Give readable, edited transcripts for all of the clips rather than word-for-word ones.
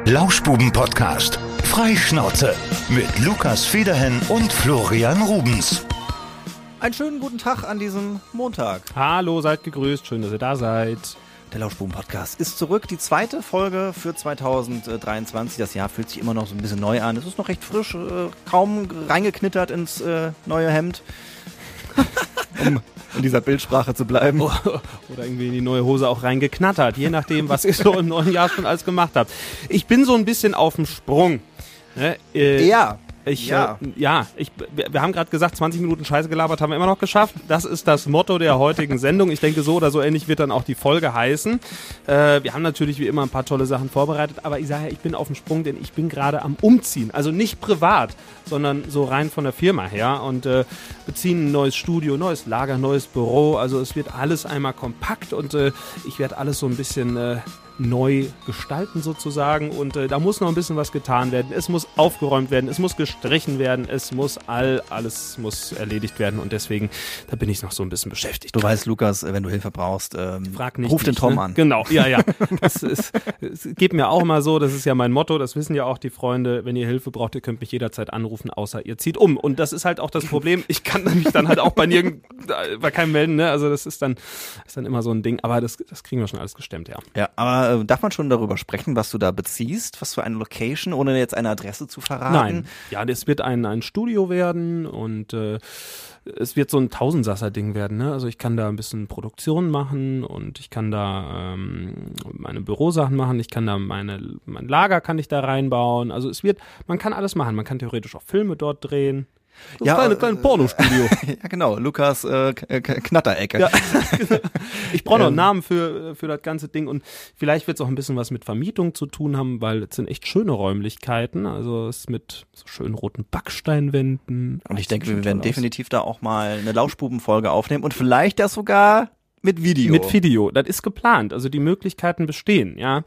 Lauschbuben-Podcast. Freischnauze mit Lukas Federhen und Florian Rubens. Einen schönen guten Tag an diesem Montag. Hallo, seid gegrüßt, schön, dass ihr da seid. Der Lauschbuben-Podcast ist zurück, die zweite Folge für 2023. Das Jahr fühlt sich immer noch so ein bisschen neu an. Es ist noch recht frisch, kaum reingeknittert ins neue Hemd. Um in dieser Bildsprache zu bleiben. Oder irgendwie in die neue Hose auch reingeknattert, je nachdem, was ihr so im neuen Jahr schon alles gemacht habt. Ich bin so ein bisschen auf dem Sprung. Ne? Wir haben gerade gesagt, 20 Minuten Scheiße gelabert haben wir immer noch geschafft. Das ist das Motto der heutigen Sendung. Ich denke, so oder so ähnlich wird dann auch die Folge heißen. Wir haben natürlich wie immer ein paar tolle Sachen vorbereitet, aber ich sage ja, ich bin auf dem Sprung, denn ich bin gerade am Umziehen. Also nicht privat, sondern so rein von der Firma her und beziehen ein neues Studio, neues Lager, neues Büro. Also es wird alles einmal kompakt und ich werde alles so ein bisschen neu gestalten sozusagen und da muss noch ein bisschen was getan werden. Es muss aufgeräumt werden, es muss gestrichen werden, es muss alles muss erledigt werden und deswegen, da bin ich noch so ein bisschen beschäftigt. Du weißt, Lukas, wenn du Hilfe brauchst, Frag nicht ruf den Tom an. Genau, ja. Es geht mir auch immer so, das ist ja mein Motto, das wissen ja auch die Freunde, wenn ihr Hilfe braucht, ihr könnt mich jederzeit anrufen, außer ihr zieht um. Und das ist halt auch das Problem, ich kann mich dann halt auch bei keinem melden, ne? Also das ist dann immer so ein Ding, aber das kriegen wir schon alles gestemmt, ja. Ja, aber darf man schon darüber sprechen, was du da beziehst? Was für eine Location, ohne jetzt eine Adresse zu verraten? Nein, ja, das wird ein Studio werden und es wird so ein Tausendsasser-Ding werden, ne? Also ich kann da ein bisschen Produktion machen und ich kann da meine Bürosachen machen, ich kann da mein Lager kann ich da reinbauen. Also man kann alles machen, man kann theoretisch auch Filme dort drehen. Das ist ein kleines Pornostudio. Ja, genau. Lukas Knatterecke. Ja. Ich brauche noch einen Namen für das ganze Ding und vielleicht wird es auch ein bisschen was mit Vermietung zu tun haben, weil es sind echt schöne Räumlichkeiten. Also es ist mit so schönen roten Backsteinwänden. Und ich denke, wir werden definitiv da auch mal eine Lauschbuben-Folge aufnehmen und vielleicht das sogar mit Video. Mit Video. Das ist geplant. Also die Möglichkeiten bestehen, ja.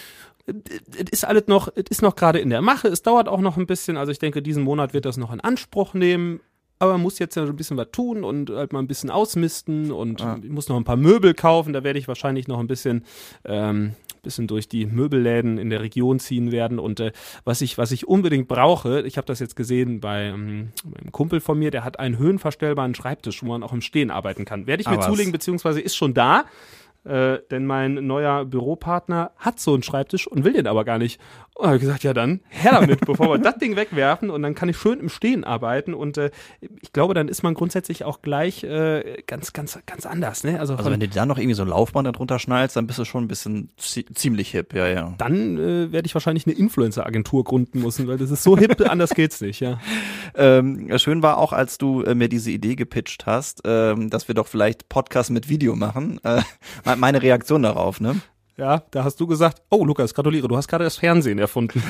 Es ist noch gerade in der Mache, es dauert auch noch ein bisschen, also ich denke, diesen Monat wird das noch in Anspruch nehmen, aber man muss jetzt ja ein bisschen was tun und halt mal ein bisschen ausmisten und ich muss noch ein paar Möbel kaufen, da werde ich wahrscheinlich noch ein bisschen durch die Möbelläden in der Region ziehen werden und was ich unbedingt brauche, ich habe das jetzt gesehen bei einem Kumpel von mir, der hat einen höhenverstellbaren Schreibtisch, wo man auch im Stehen arbeiten kann, werde ich mir zulegen, beziehungsweise ist schon da. Denn mein neuer Büropartner hat so einen Schreibtisch und will den aber gar nicht. Und habe ich gesagt, ja dann, her damit, bevor wir das Ding wegwerfen und dann kann ich schön im Stehen arbeiten und ich glaube, dann ist man grundsätzlich auch gleich ganz anders. Ne? Also wenn du dann noch irgendwie so ein Laufband darunter schnallst, dann bist du schon ein bisschen ziemlich hip, ja. Dann werde ich wahrscheinlich eine Influencer-Agentur gründen müssen, weil das ist so hip, anders geht's nicht, ja. Schön war auch, als du mir diese Idee gepitcht hast, dass wir doch vielleicht Podcast mit Video machen. Meine Reaktion darauf, ne? Ja, da hast du gesagt, oh Lukas, gratuliere, du hast gerade das Fernsehen erfunden.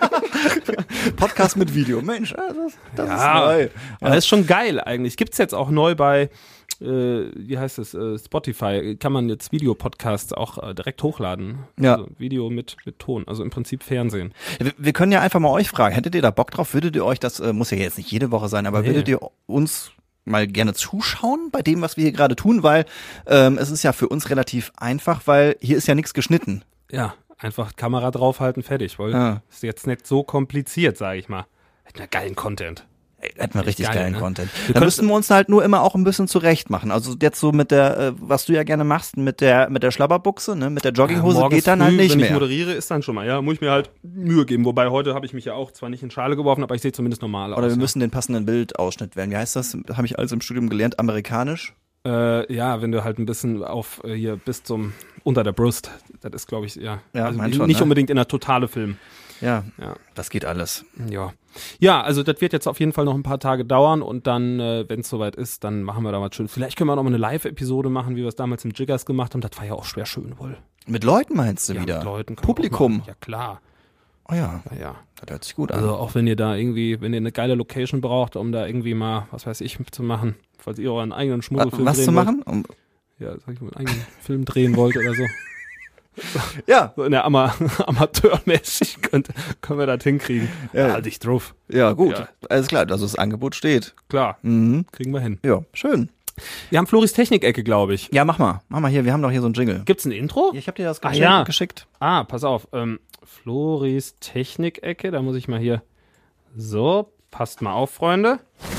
Podcast mit Video, Mensch, das ist neu. Aber das ist schon geil eigentlich. Gibt's jetzt auch neu bei, wie heißt es, Spotify, kann man jetzt Videopodcasts auch direkt hochladen. Ja. Also Video mit Ton, also im Prinzip Fernsehen. Wir können ja einfach mal euch fragen, hättet ihr da Bock drauf, würdet ihr euch, das muss ja jetzt nicht jede Woche sein, aber würdet ihr uns mal gerne zuschauen bei dem, was wir hier gerade tun, weil es ist ja für uns relativ einfach, weil hier ist ja nichts geschnitten. Ja, einfach Kamera draufhalten, fertig, weil ist jetzt nicht so kompliziert, sage ich mal. Hätten wir geilen Content. Hätten wir richtig geilen Content. Da müssten wir uns halt nur immer auch ein bisschen zurecht machen. Also jetzt so mit der, was du ja gerne machst, mit der Schlabberbuchse, ne, mit der Jogginghose geht dann halt nicht mehr. Wenn ich mehr. moderiere, ist dann schon mal, muss ich mir halt Mühe geben. Wobei heute habe ich mich ja auch zwar nicht in Schale geworfen, aber ich sehe zumindest normal aus. Oder wir müssen den passenden Bildausschnitt wählen. Wie heißt das? Habe ich alles im Studium gelernt. Amerikanisch? Wenn du halt ein bisschen auf hier bis zum unter der Brust, das ist, glaube ich, also nicht unbedingt in der totale Film. Ja, das geht alles. Ja, also das wird jetzt auf jeden Fall noch ein paar Tage dauern und dann, wenn es soweit ist, dann machen wir da was schön. Vielleicht können wir noch mal eine Live-Episode machen, wie wir es damals im Jiggers gemacht haben. Das war ja auch schwer schön wohl. Mit Leuten meinst du wieder? Mit Leuten. Publikum? Ja, klar. Oh ja. Ja. Das hört sich gut an. Also auch wenn ihr da irgendwie, wenn ihr eine geile Location braucht, um da irgendwie mal, was weiß ich, zu machen, falls ihr euren eigenen Schmuddelfilm was drehen zu wollt. machen? Sag ich mal, einen eigenen Film drehen wollt oder so. Ja. So in der Amateurmäßig können wir das hinkriegen. Ja. Halt dich drauf. Ja, gut. Ja. Alles klar, also das Angebot steht. Klar. Kriegen wir hin. Ja, schön. Wir haben Floris Technik-Ecke, glaube ich. Ja, mach mal hier, wir haben doch hier so ein Jingle. Gibt's ein Intro? Ich habe dir das geschickt. Pass auf. Floris Technik-Ecke, da muss ich mal hier. So, passt mal auf, Freunde.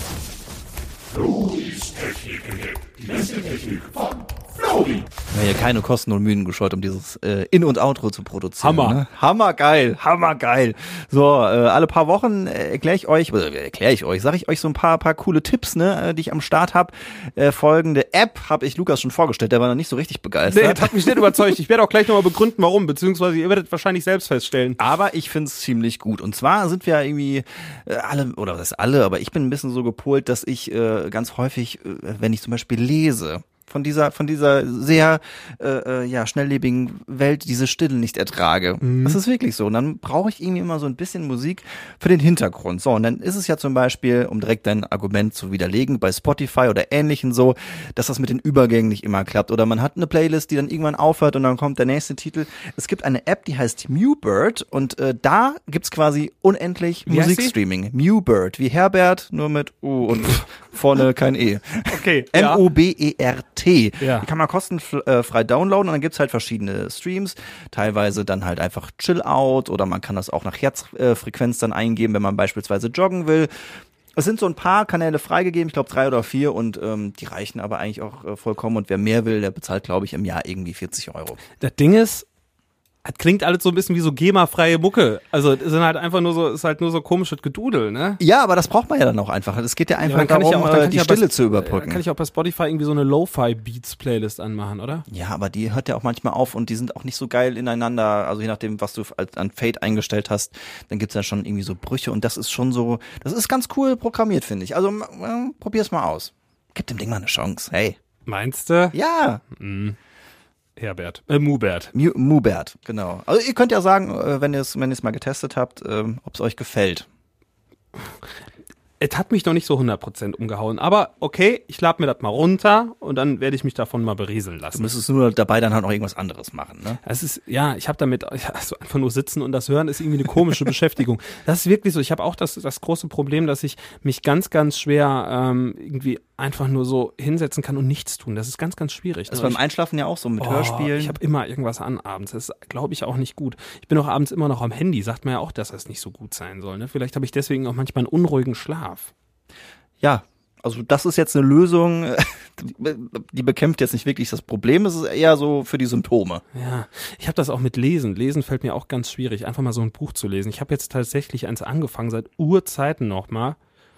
Floris Technik-Ecke. Die Messetechnik von Flori. Wir haben hier keine Kosten und Mühen gescheut, um dieses In- und Outro zu produzieren. Hammer. Ne? Hammergeil. So, alle paar Wochen sage ich euch so ein paar coole Tipps, ne, die ich am Start habe. Folgende App habe ich Lukas schon vorgestellt, der war noch nicht so richtig begeistert. Nee, das hat mich nicht überzeugt. Ich werde auch gleich nochmal begründen, warum, beziehungsweise ihr werdet wahrscheinlich selbst feststellen. Aber ich find's ziemlich gut. Und zwar sind wir irgendwie aber ich bin ein bisschen so gepolt, dass ich ganz häufig, wenn ich zum Beispiel lese, von dieser sehr schnelllebigen Welt diese Stille nicht ertrage. Das ist wirklich so. Und dann brauche ich irgendwie immer so ein bisschen Musik für den Hintergrund. So, und dann ist es ja zum Beispiel, um direkt dein Argument zu widerlegen, bei Spotify oder Ähnlichen so, dass das mit den Übergängen nicht immer klappt. Oder man hat eine Playlist, die dann irgendwann aufhört und dann kommt der nächste Titel. Es gibt eine App, die heißt Mewbird und da gibt's quasi unendlich Musikstreaming. Mewbird, wie Herbert, nur mit U und vorne kein E. Okay. M-O-B-E-R-T. Ja. Die kann man kostenfrei downloaden und dann gibt's halt verschiedene Streams, teilweise dann halt einfach Chill-Out oder man kann das auch nach Herzfrequenz dann eingeben, wenn man beispielsweise joggen will. Es sind so ein paar Kanäle freigegeben, ich glaube 3 oder 4 und die reichen aber eigentlich auch vollkommen und wer mehr will, der bezahlt glaube ich im Jahr irgendwie 40 €. Das Ding ist, das klingt alles so ein bisschen wie so GEMA-freie Mucke. Also es sind halt einfach nur so, ist halt nur so komisches Gedudel, ne? Ja, aber das braucht man ja dann auch einfach. Es geht ja einfach darum, die Stille zu überbrücken. Kann ich auch bei Spotify irgendwie so eine Lo-Fi-Beats-Playlist anmachen, oder? Ja, aber die hört ja auch manchmal auf und die sind auch nicht so geil ineinander. Also je nachdem, was du an Fade eingestellt hast, dann gibt's ja schon irgendwie so Brüche und das ist schon so, das ist ganz cool programmiert, finde ich. Also probier's mal aus. Gib dem Ding mal eine Chance, hey. Meinst du? Ja. Mubert, genau. Also ihr könnt ja sagen, wenn ihr es mal getestet habt, ob es euch gefällt. Es hat mich noch nicht so 100% umgehauen, aber okay, ich lade mir das mal runter und dann werde ich mich davon mal berieseln lassen. Du müsstest nur dabei dann halt noch irgendwas anderes machen, ne? Ich habe damit, also einfach nur sitzen und das hören ist irgendwie eine komische Beschäftigung. Das ist wirklich so, ich habe auch das große Problem, dass ich mich ganz, ganz schwer irgendwie einfach nur so hinsetzen kann und nichts tun. Das ist ganz, ganz schwierig. Das ist beim Einschlafen ja auch so mit Hörspielen. Ich habe immer irgendwas an abends. Das ist, glaube ich, auch nicht gut. Ich bin auch abends immer noch am Handy. Sagt man ja auch, dass das nicht so gut sein soll. Ne? Vielleicht habe ich deswegen auch manchmal einen unruhigen Schlaf. Ja, also das ist jetzt eine Lösung, die bekämpft jetzt nicht wirklich das Problem. Es ist eher so für die Symptome. Ja, ich habe das auch mit Lesen. Lesen fällt mir auch ganz schwierig, einfach mal so ein Buch zu lesen. Ich habe jetzt tatsächlich eins angefangen, seit Urzeiten noch mal.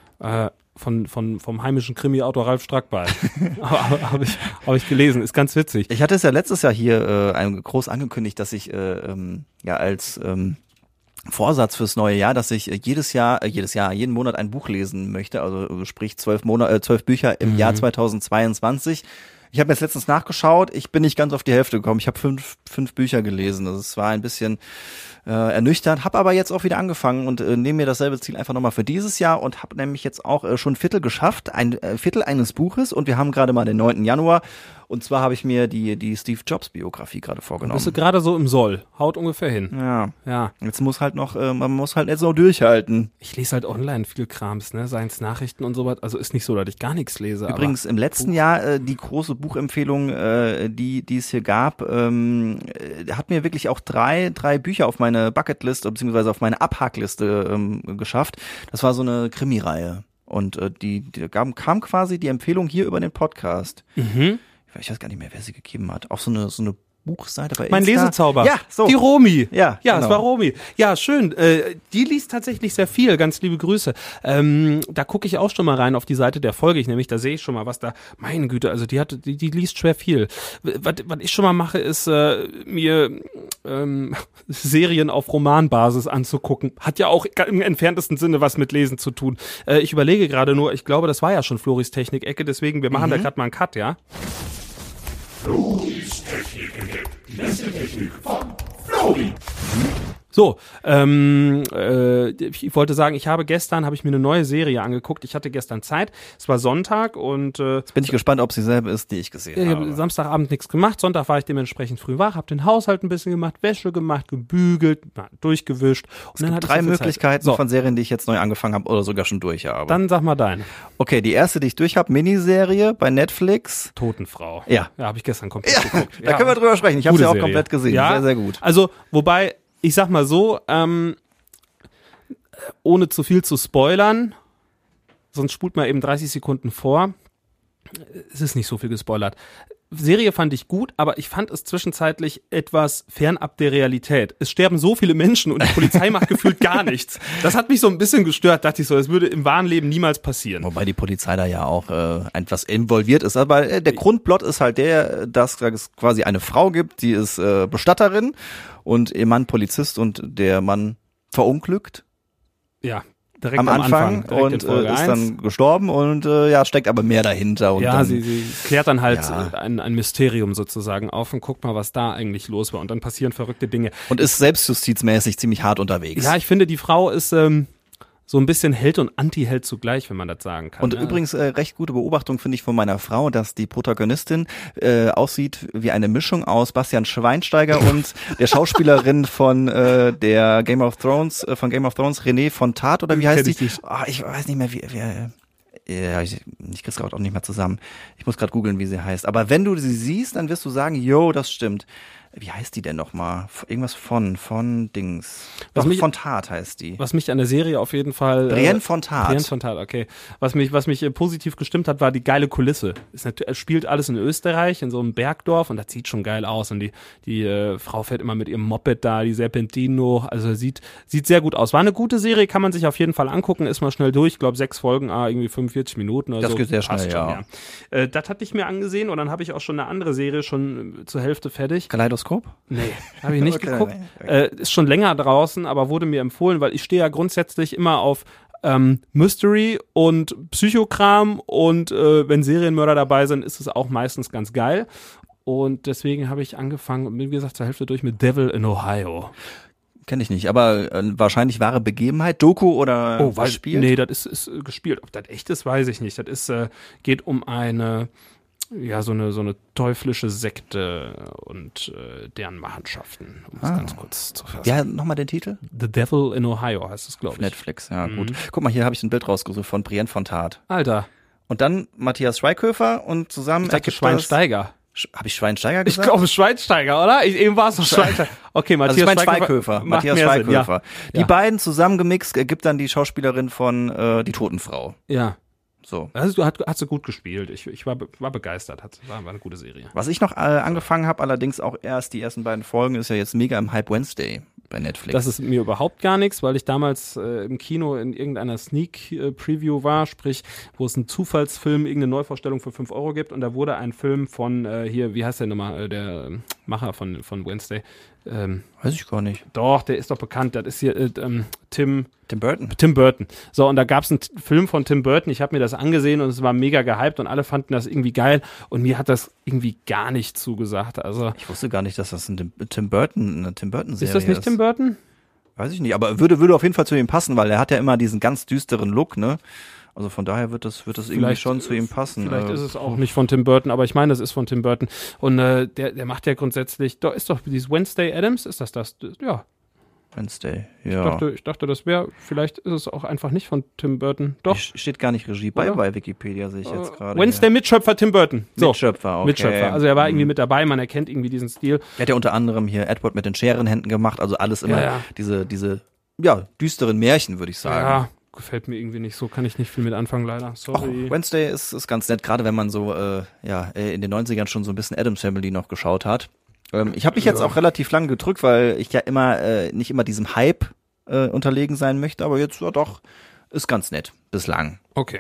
Vom heimischen Krimi-Autor Ralf Strackbeil. Hab ich gelesen, ist ganz witzig. Ich hatte es ja letztes Jahr hier groß angekündigt, dass ich als Vorsatz fürs neue Jahr, dass ich jeden Monat ein Buch lesen möchte, also sprich 12 Bücher im Jahr 2022. Ich habe jetzt letztens nachgeschaut, ich bin nicht ganz auf die Hälfte gekommen. Ich habe fünf Bücher gelesen. Also es war ein bisschen ernüchternd, habe aber jetzt auch wieder angefangen und nehme mir dasselbe Ziel einfach nochmal für dieses Jahr und habe nämlich jetzt auch schon ein Viertel geschafft, ein Viertel eines Buches und wir haben gerade mal den 9. Januar und zwar habe ich mir die Steve Jobs Biografie gerade vorgenommen. Bist du gerade so im Soll, haut ungefähr hin. Ja. Jetzt muss halt noch, man muss halt jetzt noch durchhalten. Ich lese halt online viel Krams, ne, seien es Nachrichten und sowas, also ist nicht so, dass ich gar nichts lese. Übrigens im letzten Jahr die große Buchempfehlung, die es hier gab, hat mir wirklich auch drei Bücher auf meine Bucketlist beziehungsweise auf meine Abhackliste geschafft. Das war so eine Krimireihe und kam quasi die Empfehlung hier über den Podcast. Ich weiß gar nicht mehr, wer sie gegeben hat. Auch so eine Buchseite bei Insta. Mein Lesezauber. Ja, so. Die Romy. Ja, genau. Es war Romy. Ja, schön. Die liest tatsächlich sehr viel. Ganz liebe Grüße. Da gucke ich auch schon mal rein auf die Seite der Folge. Da sehe ich schon mal, was da, meine Güte, also die liest schwer viel. Was ich schon mal mache, ist mir Serien auf Romanbasis anzugucken. Hat ja auch im entferntesten Sinne was mit Lesen zu tun. Ich überlege gerade nur, ich glaube, das war ja schon Floris Technik-Ecke, deswegen, wir machen da gerade mal einen Cut, ja? Floris Technik-Ecke, die Messetechnik von Flori. So, ich wollte sagen, habe ich mir eine neue Serie angeguckt. Ich hatte gestern Zeit. Es war Sonntag und Jetzt bin ich gespannt, ob sie selber ist, die ich gesehen ich habe. habe Samstagabend nichts gemacht. Sonntag war ich dementsprechend früh wach, habe den Haushalt ein bisschen gemacht, Wäsche gemacht, gebügelt, durchgewischt. Und Es gibt 3 Möglichkeiten von Serien, die ich jetzt neu angefangen habe oder sogar schon durch habe. Dann sag mal deine. Okay, die erste, die ich durch habe, Miniserie bei Netflix. Totenfrau. Ja. Ja, habe ich gestern komplett geguckt. Da können wir drüber sprechen. Ich habe sie Gute auch Serie. komplett gesehen. Ja, Sehr, sehr gut. Also, wobei, ich sag mal so, ohne zu viel zu spoilern, sonst spult man eben 30 Sekunden vor. Es ist nicht so viel gespoilert. Serie fand ich gut, aber ich fand es zwischenzeitlich etwas fernab der Realität. Es sterben so viele Menschen und die Polizei macht gefühlt gar nichts. Das hat mich so ein bisschen gestört, dachte ich so, das würde im wahren Leben niemals passieren. Wobei die Polizei da ja auch etwas involviert ist. Aber der Grundplot ist halt dass es quasi eine Frau gibt, die ist Bestatterin und ihr Mann Polizist und der Mann verunglückt. Ja, direkt am Anfang direkt und in Folge ist 1. dann gestorben und steckt aber mehr dahinter. Und Ja, dann, sie klärt dann halt Ja. ein Mysterium sozusagen auf und guckt mal, was da eigentlich los war. Und dann passieren verrückte Dinge. und ist selbstjustizmäßig ziemlich hart unterwegs. Ja, ich finde, die Frau ist so ein bisschen Held und Anti-Held zugleich, wenn man das sagen kann. Und ja. übrigens recht gute Beobachtung finde ich von meiner Frau, dass die Protagonistin aussieht wie eine Mischung aus Bastian Schweinsteiger und der Schauspielerin von der Game of Thrones, René von Tat oder wie heißt Kenn ich die? nicht. Ich weiß nicht mehr, ich krieg's gerade auch nicht mehr zusammen. Ich muss gerade googeln, wie sie heißt. Aber wenn du sie siehst, dann wirst du sagen, yo, das stimmt. Wie heißt die denn nochmal? Irgendwas von Dings. Was Doch, mich- von Tat heißt die. Was mich an der Serie auf jeden Fall... Brienne von Tat. Brienne von Tat, okay. Was mich positiv gestimmt hat, war die geile Kulisse. Es spielt alles in Österreich, in so einem Bergdorf und das sieht schon geil aus. Und die Frau fährt immer mit ihrem Moped da, die Serpentinen hoch. Also sieht sehr gut aus. War eine gute Serie, kann man sich auf jeden Fall angucken. Ist mal schnell durch. Ich glaube 6 Folgen, irgendwie 45 Minuten oder Das so. geht sehr schnell, Passt ja. schon. Das hatte ich mir angesehen und dann habe ich auch schon eine andere Serie schon zur Hälfte fertig. Kaleidoskop? Nee, habe ich nicht Okay, geguckt. okay. Ist schon länger draußen, aber wurde mir empfohlen, weil ich stehe ja grundsätzlich immer auf Mystery und Psychokram und wenn Serienmörder dabei sind, ist es auch meistens ganz geil. Und deswegen habe ich angefangen und bin, wie gesagt, zur Hälfte durch mit Devil in Ohio. Kenne ich nicht, aber wahrscheinlich wahre Begebenheit, Doku oder Spiel? Nee, das ist gespielt. Ob das echt ist, weiß ich nicht. Das ist, geht um eine, ja, so eine teuflische Sekte und deren Machenschaften, um es ganz kurz zu fassen. Ja, nochmal den Titel? The Devil in Ohio heißt es, glaube ich. Netflix, ja gut. Guck mal, hier habe ich ein Bild rausgesucht von Brienne von Tat. Alter, Und dann Matthias Schweighöfer und zusammen ich dachte Schweinsteiger. Habe ich Schweinsteiger Ich gesagt? glaube Schweinsteiger, oder? Eben war es noch Schweinsteiger. Okay, Also ich Matthias meine Schweighöfer. macht Matthias mehr Sinn, Schweighöfer. Die Ja. beiden zusammengemixt ergibt dann die Schauspielerin von Die Totenfrau. Ja. So. Also hat sie gut gespielt. Ich war begeistert. War eine gute Serie. Was ich noch angefangen habe, allerdings auch erst die ersten beiden Folgen, ist ja jetzt mega im Hype Wednesday bei Netflix. Das ist mir überhaupt gar nichts, weil ich damals im Kino in irgendeiner Sneak-Preview war, sprich, wo es einen Zufallsfilm, irgendeine Neuvorstellung für 5 € gibt und da wurde ein Film von hier, wie heißt der nochmal, der Macher von Wednesday. Weiß ich gar nicht. Doch, der ist doch bekannt. Das ist hier Tim Burton. Tim Burton. So, und da gab es einen Film von Tim Burton, ich habe mir das angesehen und es war mega gehypt und alle fanden das irgendwie geil und mir hat das irgendwie gar nicht zugesagt. Also Ich wusste gar nicht, dass das eine Tim Burton-Serie ist. ist das nicht Tim Burton? Weiß ich nicht, aber würde auf jeden Fall zu ihm passen, weil er hat ja immer diesen ganz düsteren Look, ne? Also von daher wird das irgendwie Vielleicht- schon zu ihm passen. Vielleicht ist es auch nicht von Tim Burton, aber ich meine, das ist von Tim Burton. Und der macht ja grundsätzlich, da ist doch dieses Wednesday Addams, ist das? Ja. Wednesday, ja. Ich dachte, das wäre, vielleicht ist es auch einfach nicht von Tim Burton. Doch. Steht gar nicht Regie bei, Oder? bei Wikipedia, sehe ich jetzt gerade. Wednesday Mitschöpfer Tim Burton. So. Mitschöpfer, okay. Mitschöpfer. Also er war irgendwie mit dabei, man erkennt irgendwie diesen Stil. Er hat ja unter anderem hier Edward mit den Scherenhänden gemacht, also alles immer Ja. diese düsteren Märchen, würde ich sagen. Ja, gefällt mir irgendwie nicht so, kann ich nicht viel mit anfangen, leider. Ach, Sorry. Wednesday ist ganz nett, gerade wenn man so in den 90ern schon so ein bisschen Addams Family noch geschaut hat. Ich habe mich jetzt auch relativ lange gedrückt, weil ich ja nicht immer diesem Hype unterlegen sein möchte, aber jetzt doch ist ganz nett bislang. Okay.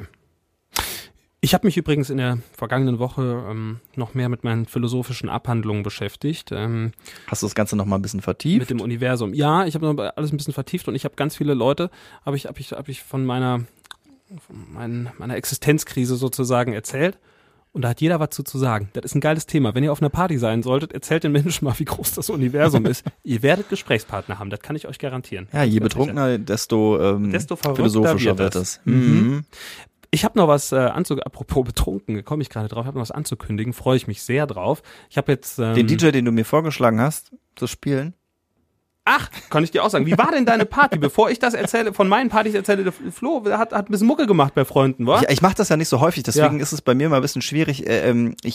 Ich habe mich übrigens in der vergangenen Woche noch mehr mit meinen philosophischen Abhandlungen beschäftigt. Hast du das Ganze noch mal ein bisschen vertieft? Mit dem Universum. Ja, ich habe alles ein bisschen vertieft und ich habe ganz viele Leute, habe ich von meiner Existenzkrise sozusagen erzählt. Und da hat jeder was zu sagen. Das ist ein geiles Thema. Wenn ihr auf einer Party sein solltet, erzählt den Menschen mal, wie groß das Universum ist. Ihr werdet Gesprächspartner haben, das kann ich euch garantieren. Ja, je betrunkener, desto philosophischer wird es. Ich habe noch was apropos betrunken, komme ich gerade drauf, ich habe noch was anzukündigen, freue ich mich sehr drauf. Ich habe jetzt den DJ, den du mir vorgeschlagen hast, zu spielen. Ach, kann ich dir auch sagen. Wie war denn deine Party? Bevor ich das erzähle, von meinen Partys erzähle, der Flo hat ein bisschen Mucke gemacht bei Freunden, wa? Ich mache das ja nicht so häufig, deswegen ist es bei mir mal ein bisschen schwierig. Bei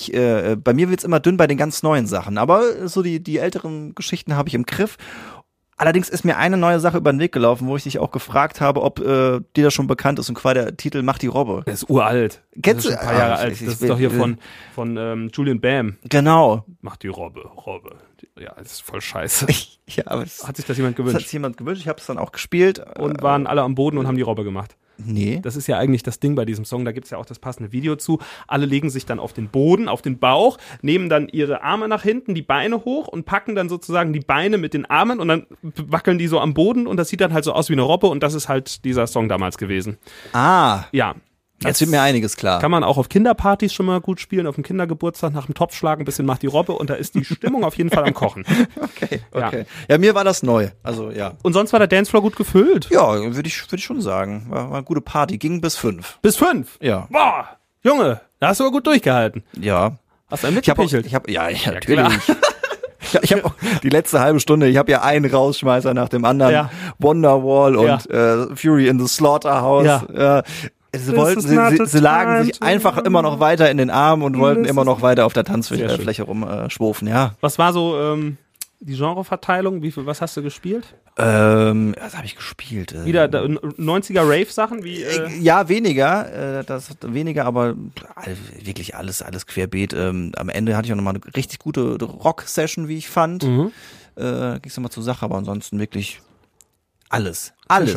mir wird's immer dünn bei den ganz neuen Sachen, aber so die älteren Geschichten habe ich im Griff. Allerdings ist mir eine neue Sache über den Weg gelaufen, wo ich dich auch gefragt habe, ob dir das schon bekannt ist, und zwar der Titel Mach die Robbe. Das ist uralt. Kennst das ist schon ein paar Jahre alt. Das ist doch hier von Julian Bam. Genau. Mach die Robbe. Ja, das ist voll scheiße. Ja, aber hat sich das jemand gewünscht? Das hat sich jemand gewünscht, ich habe es dann auch gespielt. Und waren alle am Boden und haben die Robbe gemacht. Nee. Das ist ja eigentlich das Ding bei diesem Song, da gibt's ja auch das passende Video zu. Alle legen sich dann auf den Boden, auf den Bauch, nehmen dann ihre Arme nach hinten, die Beine hoch und packen dann sozusagen die Beine mit den Armen und dann wackeln die so am Boden und das sieht dann halt so aus wie eine Robbe und das ist halt dieser Song damals gewesen. Ah. Ja. Jetzt wird mir einiges klar. Kann man auch auf Kinderpartys schon mal gut spielen, auf dem Kindergeburtstag nach dem Topfschlag ein bisschen Macht die Robbe und da ist die Stimmung auf jeden Fall am Kochen. Okay. Ja, mir war das neu. Also, ja. Und sonst war der Dancefloor gut gefüllt? Ja, würde ich schon sagen. War eine gute Party. Ging bis 5. Bis 5? Ja. Boah, Junge, da hast du aber gut durchgehalten. Ja. Hast du einen mitgepichelt? Ja, natürlich. Ich habe die letzte halbe Stunde, ich habe ja einen Rausschmeißer nach dem anderen. Ja. Wonderwall und Fury in the Slaughterhouse. Ja. Sie lagen sich einfach immer noch weiter in den Armen und wollten immer noch weiter auf der Tanzfläche rumschwufen, ja. Was war so die Genreverteilung? Was hast du gespielt? Was habe ich gespielt? Wieder 90er Rave-Sachen? Ja, weniger. Weniger, aber wirklich alles querbeet. Am Ende hatte ich auch nochmal eine richtig gute Rock-Session, wie ich fand. Ging es nochmal zur Sache, aber ansonsten wirklich alles.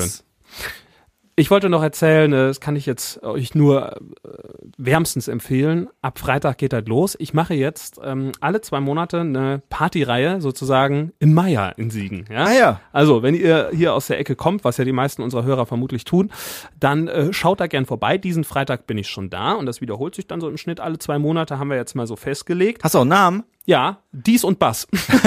Ich wollte noch erzählen, das kann ich jetzt euch nur wärmstens empfehlen. Ab Freitag geht das los. Ich mache jetzt alle 2 Monate eine Partyreihe sozusagen im Meier in Siegen. Ja? Ah ja. Also, wenn ihr hier aus der Ecke kommt, was ja die meisten unserer Hörer vermutlich tun, dann schaut da gern vorbei. Diesen Freitag bin ich schon da und das wiederholt sich dann so im Schnitt alle 2 Monate, haben wir jetzt mal so festgelegt. Hast du auch einen Namen? Ja, Dies und Bass.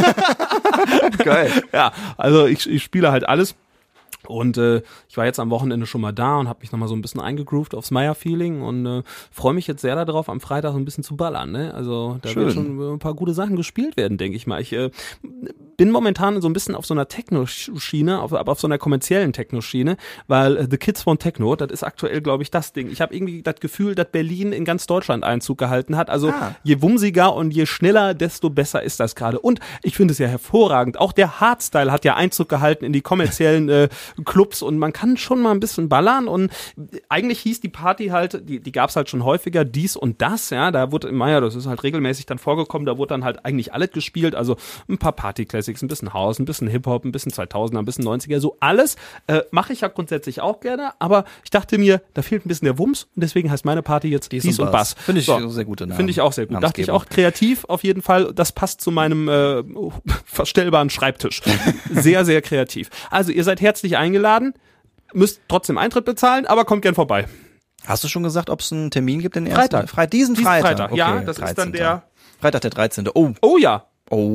Geil. Ja, also ich spiele halt alles. Und ich war jetzt am Wochenende schon mal da und habe mich nochmal so ein bisschen eingegroovt aufs Meier-Feeling und freue mich jetzt sehr darauf, am Freitag so ein bisschen zu ballern. Ne? Also da wird schon ein paar gute Sachen gespielt werden, denke ich mal. Ich bin momentan so ein bisschen auf so einer Techno-Schiene, aber auf so einer kommerziellen Techno-Schiene, weil The Kids Want Techno, das ist aktuell, glaube ich, das Ding. Ich habe irgendwie das Gefühl, dass Berlin in ganz Deutschland Einzug gehalten hat. Also je wumsiger und je schneller, desto besser ist das gerade. Und ich finde es ja hervorragend. Auch der Hardstyle hat ja Einzug gehalten in die kommerziellen Clubs und man kann schon mal ein bisschen ballern und eigentlich hieß die Party halt, die gab's halt schon häufiger, dies und das, ja, da wurde im Meier, das ist halt regelmäßig dann vorgekommen, da wurde dann halt eigentlich alles gespielt, also ein paar Party-Classics, ein bisschen House, ein bisschen Hip-Hop, ein bisschen 2000er, ein bisschen 90er, so alles mache ich ja grundsätzlich auch gerne, aber ich dachte mir, da fehlt ein bisschen der Wumms und deswegen heißt meine Party jetzt Dies und Bass. Finde ich sehr gute Namen. Finde ich auch sehr gut. Dachte ich auch kreativ auf jeden Fall, das passt zu meinem verstellbaren Schreibtisch. Sehr, sehr kreativ. Also ihr seid herzlich eingeladen, müsst trotzdem Eintritt bezahlen, aber kommt gern vorbei. Hast du schon gesagt, ob es einen Termin gibt, den ersten? Diesen Freitag. Okay, ja, das 13. ist dann der Freitag der 13. Oh ja.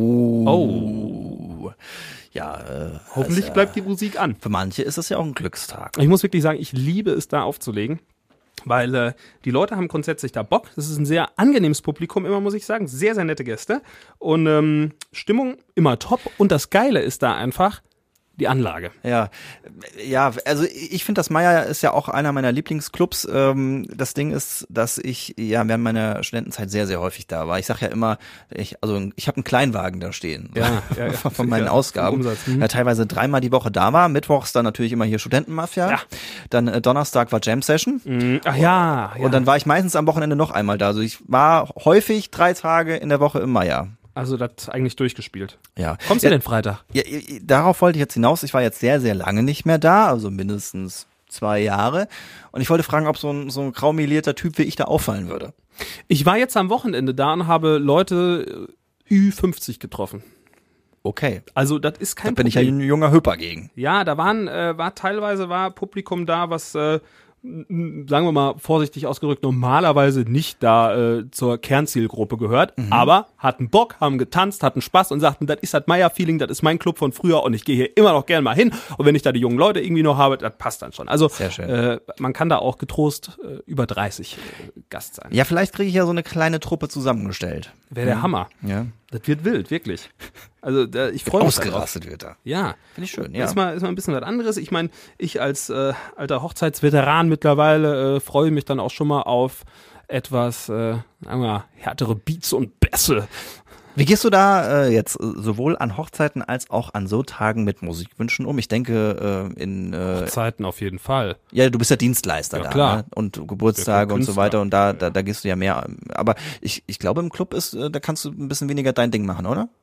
Ja, hoffentlich bleibt die Musik an. Für manche ist es ja auch ein Glückstag. Ich muss wirklich sagen, ich liebe es, da aufzulegen. Weil die Leute haben grundsätzlich da Bock. Das ist ein sehr angenehmes Publikum immer, muss ich sagen. Sehr, sehr nette Gäste. Und Stimmung immer top. Und das Geile ist da einfach die Anlage. Ja, also ich finde, das Meier ist ja auch einer meiner Lieblingsclubs. Das Ding ist, dass ich ja während meiner Studentenzeit sehr, sehr häufig da war. Ich sage ja immer, ich habe einen Kleinwagen da stehen. Ja. Von meinen Ausgaben. Ja, teilweise 3-mal die Woche da war. Mittwochs dann natürlich immer hier Studentenmafia. Ja. Dann Donnerstag war Jam Session. Ach ja. Und dann war ich meistens am Wochenende noch einmal da. Also ich war häufig 3 Tage in der Woche im Meier. Also das eigentlich durchgespielt. Ja. Kommst du denn Freitag? Ja, darauf wollte ich jetzt hinaus. Ich war jetzt sehr, sehr lange nicht mehr da, also mindestens 2 Jahre. Und ich wollte fragen, ob so ein graumelierter Typ wie ich da auffallen würde. Ich war jetzt am Wochenende da und habe Leute Ü50 getroffen. Okay. Also das ist kein Problem. Da bin ich ja ein junger Hüpper gegen. Ja, da teilweise war Publikum da, was sagen wir mal vorsichtig ausgedrückt, normalerweise nicht da zur Kernzielgruppe gehört, aber hatten Bock, haben getanzt, hatten Spaß und sagten, das ist das Meier-Feeling, das ist mein Club von früher und ich gehe hier immer noch gern mal hin und wenn ich da die jungen Leute irgendwie noch habe, das passt dann schon. Also man kann da auch getrost über 30 Gast sein. Ja, vielleicht kriege ich ja so eine kleine Truppe zusammengestellt. Wäre der Hammer. Ja. Das wird wild, wirklich. Also ich freue mich. Ausgerastet wird da. Ja. Finde ich schön, ja. Ist mal ein bisschen was anderes. Ich meine, ich als alter Hochzeitsveteran mittlerweile freue mich dann auch schon mal auf etwas sagen wir mal, härtere Beats und Bässe. Wie gehst du da jetzt sowohl an Hochzeiten als auch an so Tagen mit Musikwünschen um? Ich denke in Hochzeiten auf jeden Fall. Ja, du bist ja Dienstleister Ja, da, klar. ne? Und Geburtstage und so weiter und da gehst du ja mehr. Aber ich glaube im Club ist, da kannst du ein bisschen weniger dein Ding machen, oder?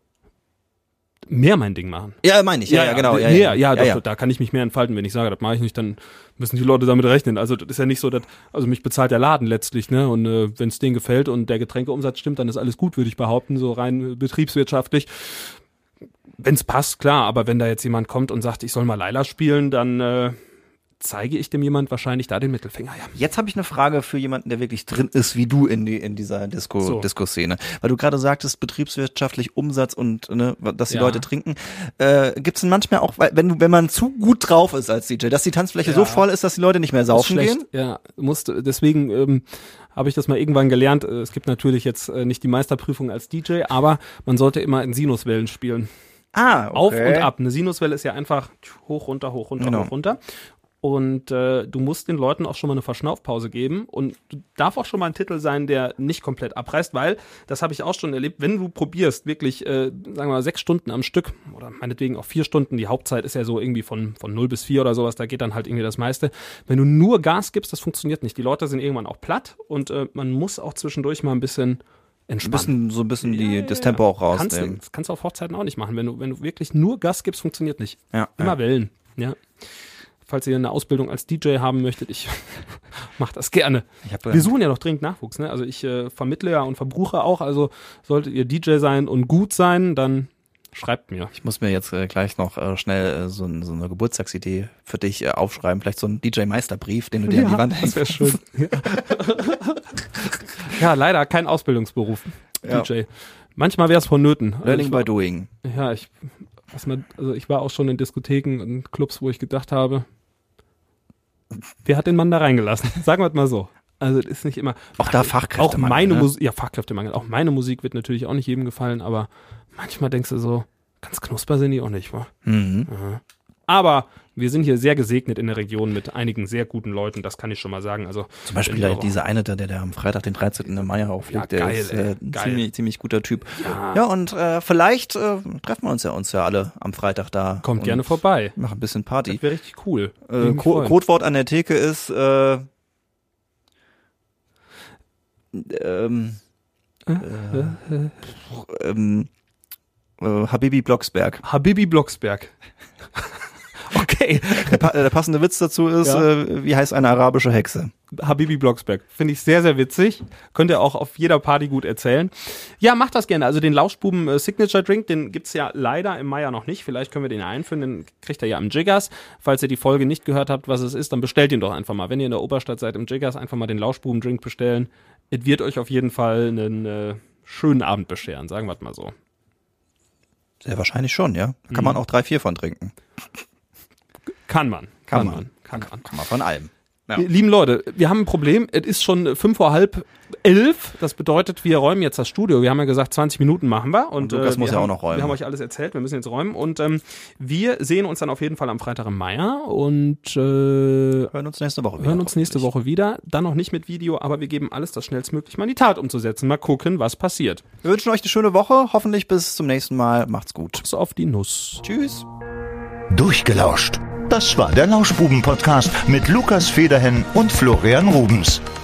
Mehr mein Ding machen. Ja, meine ich. Ja, genau. Doch, da kann ich mich mehr entfalten, wenn ich sage, das mache ich nicht, dann müssen die Leute damit rechnen. Also das ist ja nicht so, dass, also mich bezahlt der Laden letztlich, ne? Und wenn es denen gefällt und der Getränkeumsatz stimmt, dann ist alles gut, würde ich behaupten, so rein betriebswirtschaftlich. Wenn es passt, klar, aber wenn da jetzt jemand kommt und sagt, ich soll mal Laila spielen, dann zeige ich dem jemand wahrscheinlich da den Mittelfinger. Ja. Jetzt habe ich eine Frage für jemanden, der wirklich drin ist, wie du in dieser Disco-Szene. Weil du gerade sagtest, betriebswirtschaftlich Umsatz und ne, dass die Leute trinken. Gibt's denn manchmal auch, wenn man zu gut drauf ist als DJ, dass die Tanzfläche so voll ist, dass die Leute nicht mehr saufen gehen? Ja, deswegen habe ich das mal irgendwann gelernt. Es gibt natürlich jetzt nicht die Meisterprüfung als DJ, aber man sollte immer in Sinuswellen spielen. Ah, okay. Auf und ab. Eine Sinuswelle ist ja einfach hoch, runter, hoch, runter, Genau. hoch, runter. Und du musst den Leuten auch schon mal eine Verschnaufpause geben und darf auch schon mal ein Titel sein, der nicht komplett abreißt, weil, das habe ich auch schon erlebt, wenn du probierst, wirklich, sagen wir mal, 6 Stunden am Stück oder meinetwegen auch 4 Stunden, die Hauptzeit ist ja so irgendwie von 0 bis 4 oder sowas, da geht dann halt irgendwie das meiste. Wenn du nur Gas gibst, das funktioniert nicht. Die Leute sind irgendwann auch platt und man muss auch zwischendurch mal ein bisschen entspannen. So ein bisschen das Tempo auch rausnehmen. Das kannst du auf Hochzeiten auch nicht machen. Wenn du wirklich nur Gas gibst, funktioniert nicht. Ja, Immer Wellen, ja. Falls ihr eine Ausbildung als DJ haben möchtet, ich mache das gerne. Wir suchen ja noch dringend Nachwuchs, ne? Also ich vermittle ja und verbuche auch, also solltet ihr DJ sein und gut sein, dann schreibt mir. Ich muss mir jetzt gleich noch schnell so eine Geburtstagsidee für dich aufschreiben, vielleicht so einen DJ-Meisterbrief, den du dir an die Wand hängst. Das wäre schön. Ja, leider kein Ausbildungsberuf, Ja. DJ. Manchmal wäre es vonnöten. Learning by doing. Ja, ich war auch schon in Diskotheken und Clubs, wo ich gedacht habe, wer hat den Mann da reingelassen? Sagen wir es mal so. Also das ist nicht immer. Auch da Fachkräftemangel. Auch meine ne? Musik, ja, Fachkräftemangel. Auch meine Musik wird natürlich auch nicht jedem gefallen, aber manchmal denkst du so, ganz knusper sind die auch nicht, wa? Mhm. Ja. Aber wir sind hier sehr gesegnet in der Region mit einigen sehr guten Leuten, das kann ich schon mal sagen. Also Zum Beispiel dieser eine, der am Freitag, den 13. Mai auflegt, Ja, der geil, ist geil. ziemlich guter Typ. Ja. Und vielleicht treffen wir uns ja alle am Freitag da. Kommt und gerne vorbei. Machen ein bisschen Party. Das wäre richtig cool. Würde mich freuen. Codewort an der Theke ist Habibi Blocksberg. Habibi Blocksberg. Okay. Der passende Witz dazu ist, wie heißt eine arabische Hexe? Habibi Blocksberg. Finde ich sehr, sehr witzig. Könnt ihr auch auf jeder Party gut erzählen. Ja, macht das gerne. Also den Lauschbuben Signature Drink, den gibt's ja leider im Mai ja noch nicht. Vielleicht können wir den ja einführen, den kriegt ihr ja am Jiggers. Falls ihr die Folge nicht gehört habt, was es ist, dann bestellt ihn doch einfach mal. Wenn ihr in der Oberstadt seid, im Jiggers, einfach mal den Lauschbuben Drink bestellen. Es wird euch auf jeden Fall einen schönen Abend bescheren, sagen wir es mal so. Sehr wahrscheinlich schon, ja. Da kann man auch 3, 4 von trinken. Kann man. Kann man von allem. Ja. Lieben Leute, wir haben ein Problem. Es ist schon 11:05. Das bedeutet, wir räumen jetzt das Studio. Wir haben ja gesagt, 20 Minuten machen wir. Und Lukas muss ja auch noch räumen. Wir haben euch alles erzählt. Wir müssen jetzt räumen. Und wir sehen uns dann auf jeden Fall am Freitag im Meier. Und hören uns nächste Woche wieder. Dann noch nicht mit Video, aber wir geben alles, das schnellstmöglich mal in die Tat umzusetzen. Mal gucken, was passiert. Wir wünschen euch eine schöne Woche. Hoffentlich bis zum nächsten Mal. Macht's gut. Bis auf die Nuss. Tschüss. Durchgelauscht. Das war der Lauschbuben-Podcast mit Lukas Federhen und Florian Rubens.